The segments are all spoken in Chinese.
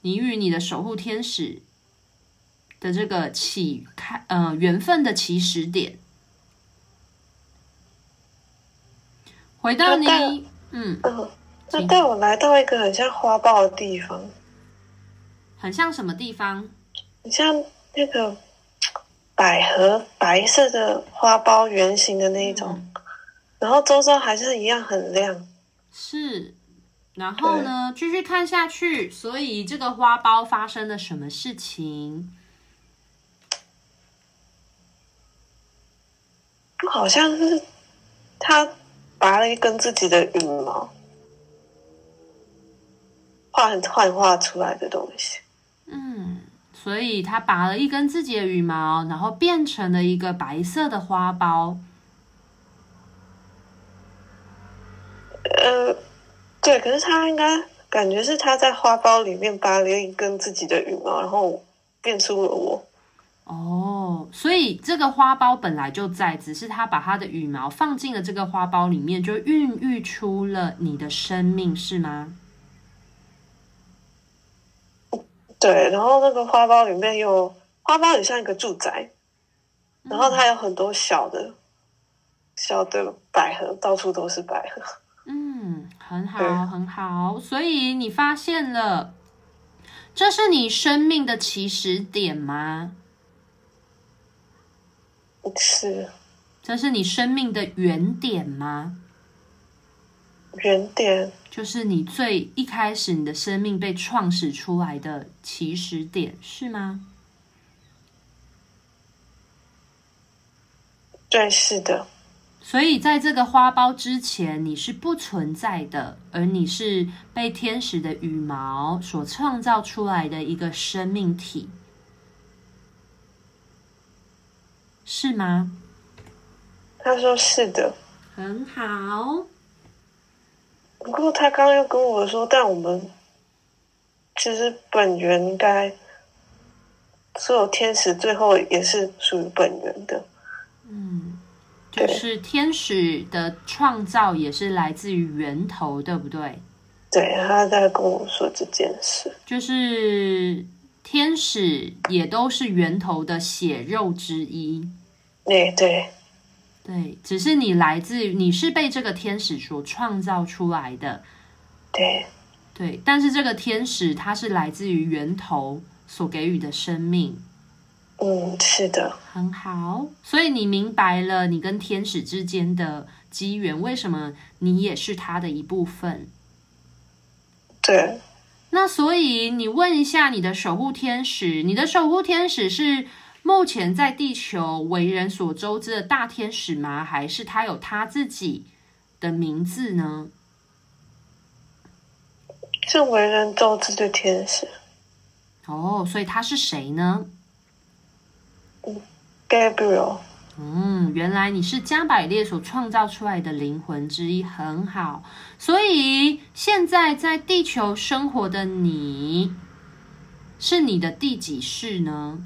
你与你的守护天使的这个缘分的起始点。回到你， 那带我来到一个很像花苞的地方。 很像什么地方？ 很像那个百合，白色的花苞，圆形的那一种，然后周遭还是一样很亮。 是，然后呢，继续看下去，所以这个花苞发生了什么事情？ 好像是他拔了一根自己的羽毛，幻化出来的东西。 所以他拔了一根自己的羽毛，然后变成了一个白色的花苞。 对，可是他应该感觉是他在花苞里面拔了一根自己的羽毛，然后变出了我。 哦，所以这个花苞本来就在，只是他把他的羽毛放进了这个花苞里面，就孕育出了你的生命，是吗？ 对，然后那个花苞里面花苞很像一个住宅，然后它有很多小的百合，到处都是百合。 很好，很好。所以你发现了，这是你生命的起始点吗？ 是。 这是你生命的原点吗？ 原点就是你最一开始你的生命被创始出来的起始点，是吗？ 对，是的。 所以在这个花苞之前，你是不存在的，而你是被天使的羽毛所创造出来的一个生命体，是吗？ 他说是的。 很好。 不过他刚刚又跟我说，但我们其实本源应该所有天使最后也是属于本源的。 就是天使的创造也是来自于源头，对不对？ 对，他在跟我说这件事， 就是天使也都是源头的血肉之一。对，只是你是被这个天使所创造出来的。对，但是这个天使它是来自于源头所给予的生命。 是的。 很好，所以你明白了你跟天使之间的机缘，为什么你也是他的一部分。 对。 那所以你问一下你的守护天使，你的守护天使是目前在地球为人所周知的大天使吗？还是他有他自己的名字呢？ 是为人周知的天使。 所以他是谁呢 ？Gabriel。 原来你是加百列所创造出来的灵魂之一，很好。所以现在在地球生活的你，是你的第几世呢？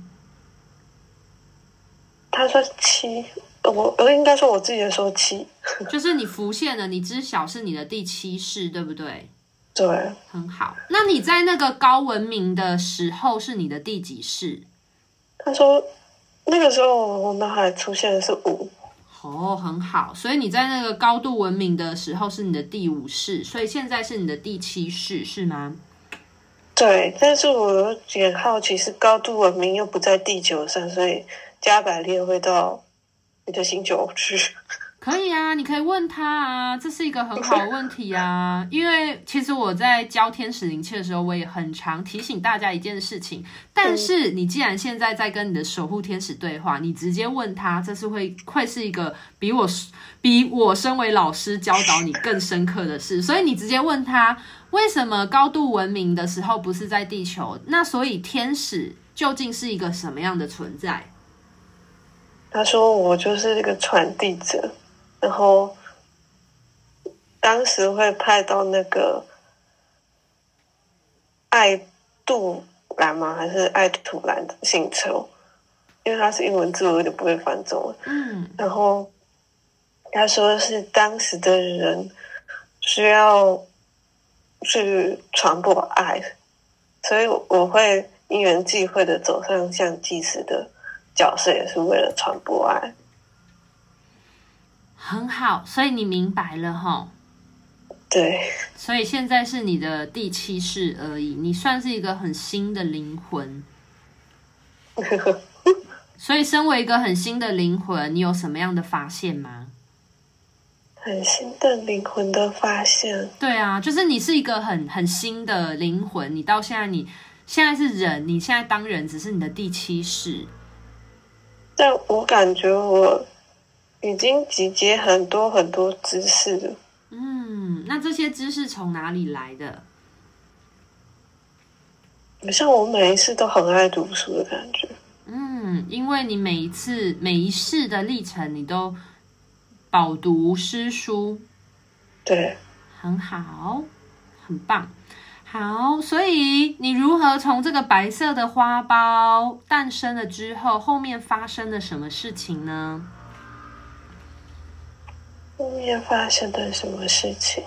他说7，我应该说我自己说7。 就是你浮现了，你知晓是你的第7世，对不对？ 对。 很好。那你在那个高文明的时候是你的第几世？ 他说那个时候我脑海出现的是5。 很好。所以你在那个高度文明的时候是你的第5世，所以现在是你的第7世，是吗？ 对，但是我有点好奇，是高度文明又不在地球上，所以加百列会到你的星球去？ 可以啊，你可以问他啊，这是一个很好的问题啊。因为其实我在教天使灵气的时候，我也很常提醒大家一件事情。但是你既然现在在跟你的守护天使对话，你直接问他，这是会是一个比我身为老师教导你更深刻的事。所以你直接问他，为什么高度文明的时候不是在地球？那所以天使究竟是一个什么样的存在？ 他说我就是一个传递者。然后当时会派到那个爱杜兰吗？还是爱土兰的星球？因为它是英文字，我有点不会翻中文。然后他说是当时的人需要去传播爱， 所以我会因缘际会的走上像祭司的角色，也是为了传播爱。 很好，所以你明白了齁。 对， 所以现在是你的第7世而已，你算是一个很新的灵魂。所以身为一个很新的灵魂，你有什么样的发现吗？ 很新的灵魂的发现。 对啊，就是你是一个很新的灵魂，你到现在，你现在是人，你现在当人只是你的第7世。 但我感觉我已经集结很多很多知识了。 那这些知识从哪里来的？ 好像我每一次都很爱读书的感觉。 因为你每一世的历程，你都饱读诗书。 对， 很好，很棒。好，所以你如何从这个白色的花苞诞生了之后，后面发生了什么事情呢？ 后面发生了什么事情？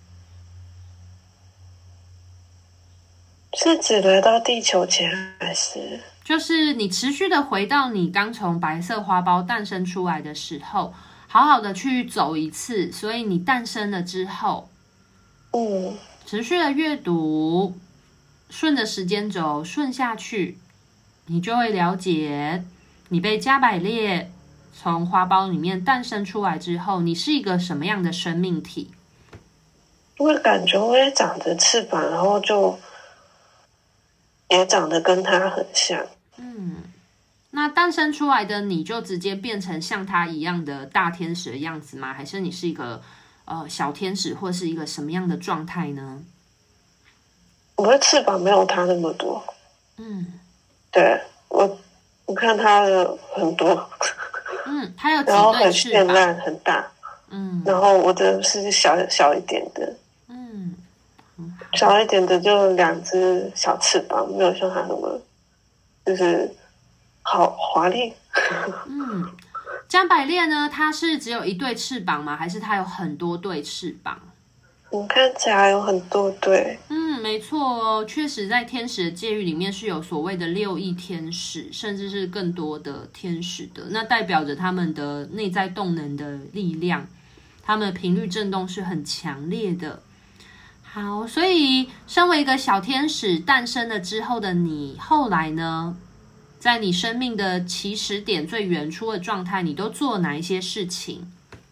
是指来到地球前，还是？ 就是你持续的回到你刚从白色花苞诞生出来的时候，好好的去走一次。所以你诞生了之后，持续的阅读，顺着时间轴顺下去，你就会了解，你被加百列从花苞里面诞生出来之后，你是一个什么样的生命体？ 我感觉我也长着翅膀，然后就也长得跟它很像。 那诞生出来的你就直接变成像他一样的大天使的样子吗？还是你是一个小天使，或是一个什么样的状态呢？ 我的翅膀没有它那么多。对，我看它的很多。 它有几然后很对翅膀， 绚烂，很大。然后我的是小一点的。小一点的就2只小翅膀，没有像它那么就是好华丽。 加百列呢？它是只有1对翅膀吗？还是它有很多对翅膀？ 我看起来有很多对。 没错哦，确实在天使的界域里面是有所谓的6亿天使，甚至是更多的天使的。那代表着他们的内在动能的力量，他们的频率振动是很强烈的。好，所以身为一个小天使诞生了之后的你，后来呢，在你生命的起始点最原初的状态，你都做了哪一些事情？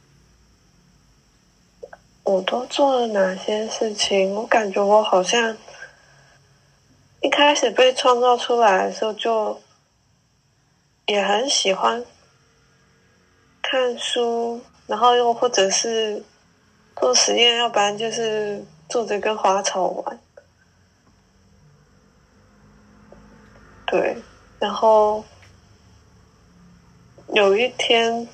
我都做了哪些事情？我感觉我好像一开始被创造出来的时候，就也很喜欢看书，然后又或者是做实验，要不然就是坐着跟花草玩。对，然后有一天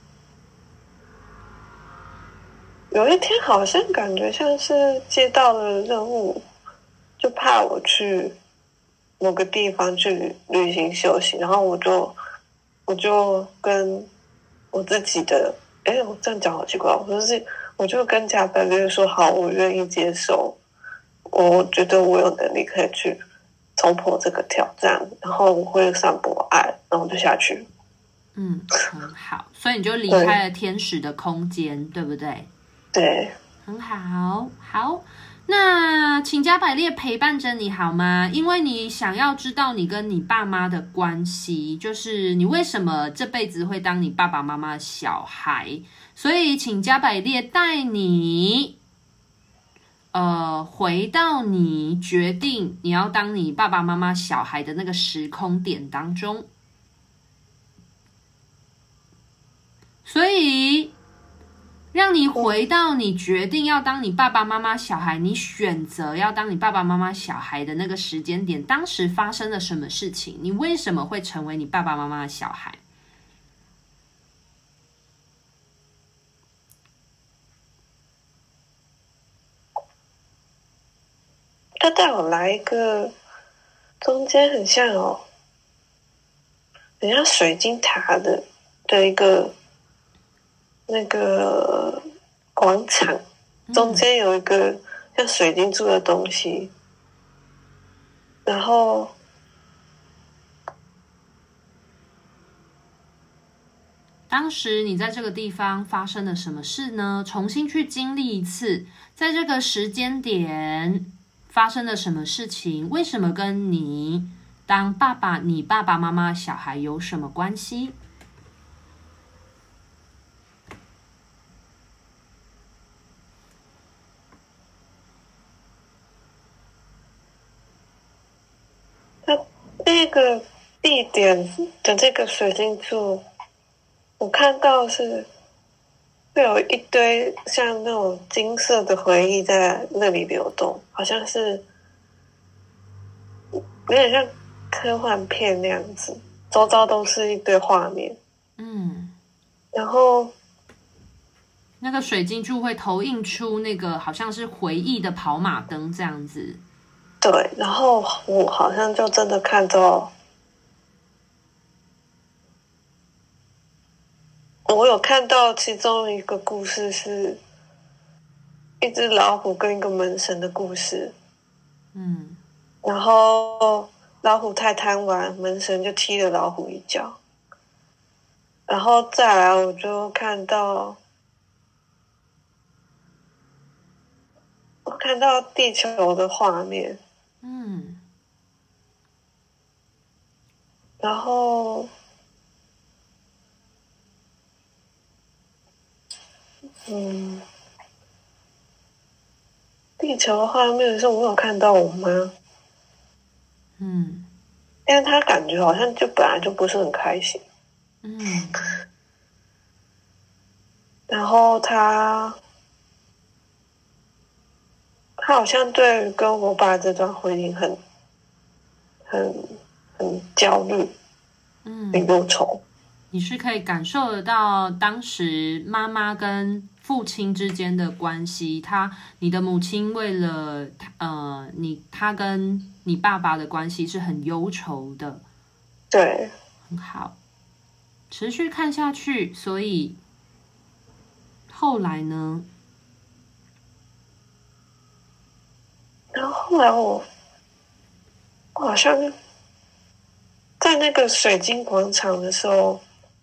好像感觉像是接到了任务，就派我去某个地方去旅行休息，然后我就跟我自己的，我这样讲好奇怪，我就跟加百列说好，我愿意接受，我觉得我有能力可以去冲破这个挑战，然后我会散播爱，然后我就下去。 很好，所以你就离开了天使的空间，对不对？ 对， 很好，好。那请加百列陪伴着你好吗？因为你想要知道你跟你爸妈的关系，就是你为什么这辈子会当你爸爸妈妈的小孩，所以请加百列带你回到你决定你要当你爸爸妈妈小孩的那个时空点当中。所以让你回到你决定要当你爸爸妈妈小孩，你选择要当你爸爸妈妈小孩的那个时间点，当时发生了什么事情？你为什么会成为你爸爸妈妈的小孩？ 他带我来一个中间很像水晶塔的一个那个广场，中间有一个像水晶柱的东西， 然后当时你在这个地方发生了什么事呢？重新去经历一次，在这个时间点发生了什么事情？为什么跟你当你爸爸妈妈小孩有什么关系？ 那个地点的这个水晶柱，我看到是会有一堆像那种金色的回忆在那里流动，好像是有点像科幻片那样子，周遭都是一堆画面。然后那个水晶柱会投映出那个好像是回忆的跑马灯这样子。 对，然后我好像就真的看到，我有看到其中一个故事是一只老虎跟一个门神的故事。然后老虎太贪玩，门神就踢了老虎一脚。然后再来我就看到地球的画面。然后地球的画面的时候，我有看到我妈。但她感觉好像就本来就不是很开心。然后她好像对跟我爸这段婚姻很焦虑，很忧愁。 你是可以感受得到当时妈妈跟父亲之间的关系，你的母亲为了他跟你爸爸的关系是很忧愁的。 对， 很好，持续看下去。所以后来呢？ 然后后来我好像在那个水晶广场的时候，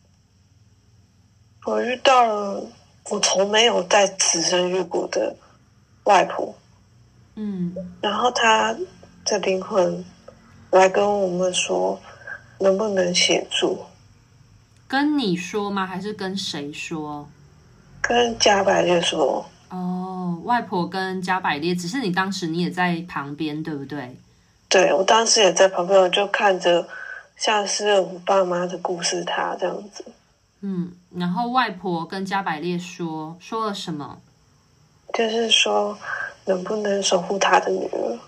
我遇到了我从没有在此生遇过的外婆。然后她的灵魂来跟我们说，能不能协助？ 跟你说吗？还是跟谁说？ 跟加百列说。 外婆跟加百列，只是你当时你也在旁边，对不对？ 对，我当时也在旁边，我就看着像是我爸妈的故事塔这样子。 然后外婆跟加百列说了什么？ 就是说能不能守护他的女儿。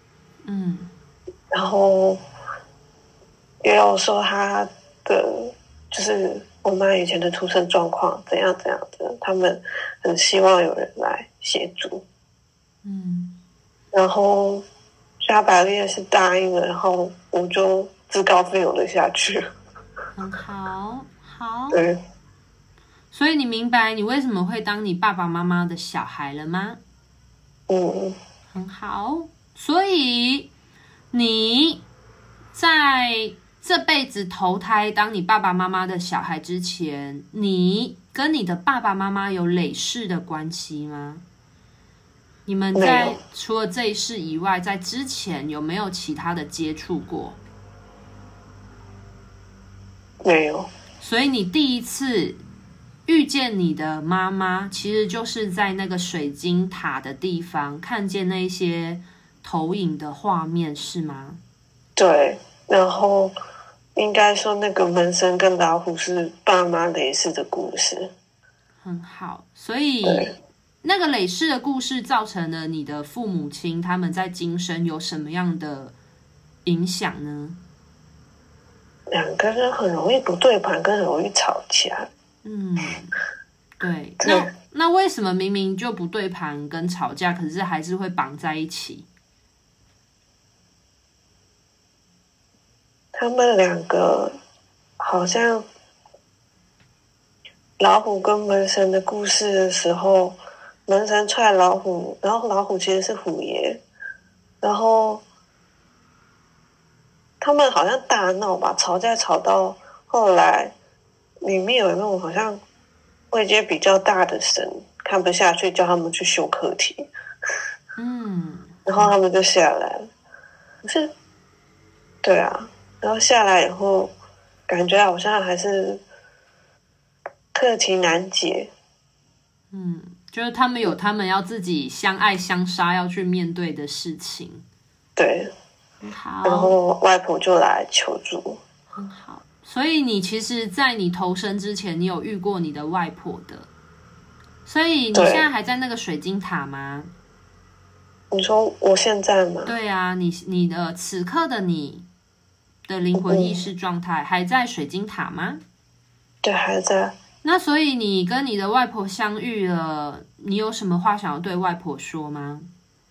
然后也有说他的就是我妈以前的出生状况怎样怎样的，他们很希望有人来协助。然后加百列是答应了，然后我就自告奋勇的下去。 很好。 对。 所以你明白你为什么会当你爸爸妈妈的小孩了吗？ 很好。所以你在这辈子投胎当你爸爸妈妈的小孩之前，你跟你的爸爸妈妈有累世的关系吗？你们在除了这一世以外，在之前有没有其他的接触过？ 没有。 所以你第一次遇见你的妈妈，其实就是在那个水晶塔的地方看见那些投影的画面，是吗？ 对，然后应该说那个门神跟老虎是爸妈累世的故事。 很好。所以那个累世的故事造成了你的父母亲他们在今生有什么样的影响呢？ 两个人很容易不对盘，跟很容易吵架。 对。那为什么明明就不对盘跟吵架，可是还是会绑在一起？ 他们两个好像老虎跟门神的故事的时候，门神踹老虎，然后老虎其实是虎爷，然后他们好像大闹吧，吵架吵到后来，里面有那种好像位阶比较大的神看不下去，叫他们去修课题，然后他们就下来了。可是，对啊，然后下来以后，感觉好像还是课题难解。 就是他们有他们要自己相爱相杀要去面对的事情。 对， 好， 然后外婆就来求助。 很好，所以你其实在你投生之前，你有遇过你的外婆的，所以你现在还在那个水晶塔吗？ 你说我现在吗？ 对啊，你的此刻的你的灵魂意识状态还在水晶塔吗？ 对，还在。 那所以你跟你的外婆相遇了，你有什么话想要对外婆说吗？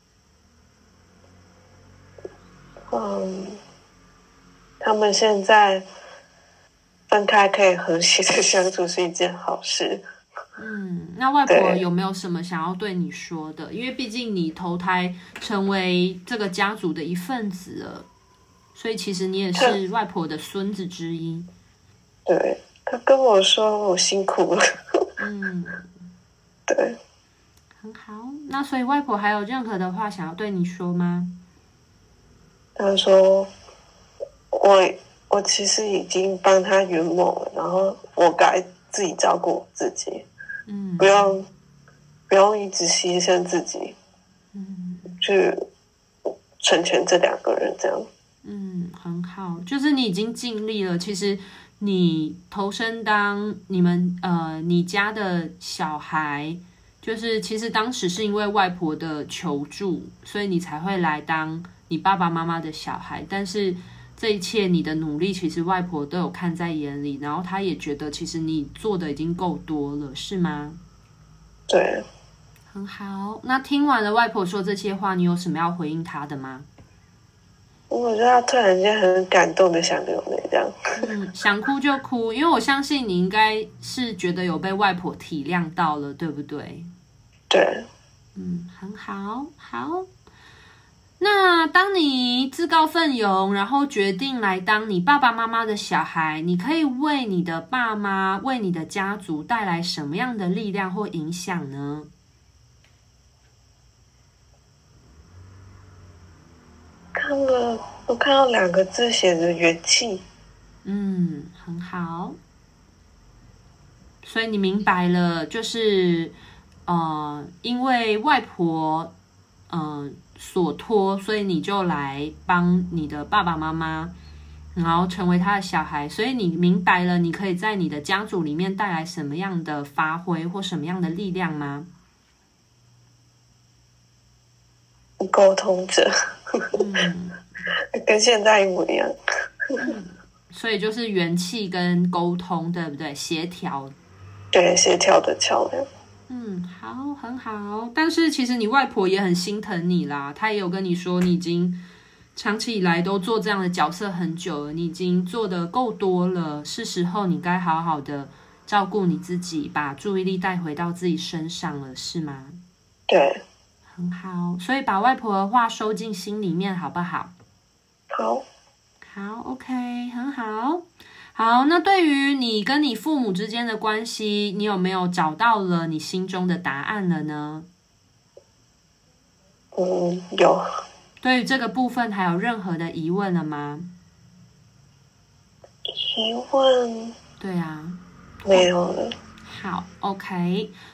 他们现在分开可以和谐的相处是一件好事。 那外婆有没有什么想要对你说的？因为毕竟你投胎成为这个家族的一份子了，所以其实你也是外婆的孙子之一。 对，他跟我说我辛苦了。对， 很好。那所以外婆还有任何的话想要对你说吗？ 他说我其实已经帮他圆梦了，然后我该自己照顾我自己，不用一直牺牲自己，去成全这两个人这样。 很好，就是你已经尽力了。其实你投身当你家的小孩，就是其实当时是因为外婆的求助，所以你才会来当你爸爸妈妈的小孩。但是这一切你的努力，其实外婆都有看在眼里，然后她也觉得其实你做的已经够多了，是吗？ 对， 很好。那听完了外婆说这些话，你有什么要回应她的吗？ 我觉得他突然间很感动的想流泪，这样。 想哭就哭，因为我相信你应该是觉得有被外婆体谅到了，对不对？ 对。 很好，好。那当你自告奋勇，然后决定来当你爸爸妈妈的小孩，你可以为你的爸妈、为你的家族带来什么样的力量或影响呢？ 我看到2个字写着元气。 很好。所以你明白了，就是因为外婆所托，所以你就来帮你的爸爸妈妈，然后成为他的小孩，所以你明白了你可以在你的家族里面带来什么样的发挥或什么样的力量吗？ 沟通者。跟现在一模一样。 所以就是元气跟沟通，对不对？协调。 对，协调的桥梁。 好，很好。但是其实你外婆也很心疼你啦，她也有跟你说，你已经长期以来都做这样的角色很久了，你已经做得够多了，是时候你该好好的照顾你自己，把注意力带回到自己身上了，是吗？ 对。 很好，所以把外婆的话收进心里面，好不好？好 ，OK， 很好。好，那对于你跟你父母之间的关系，你有没有找到了你心中的答案了呢？ 有。 对于这个部分还有任何的疑问了吗？ 疑问？ 对啊， 没有了。 好 ，OK。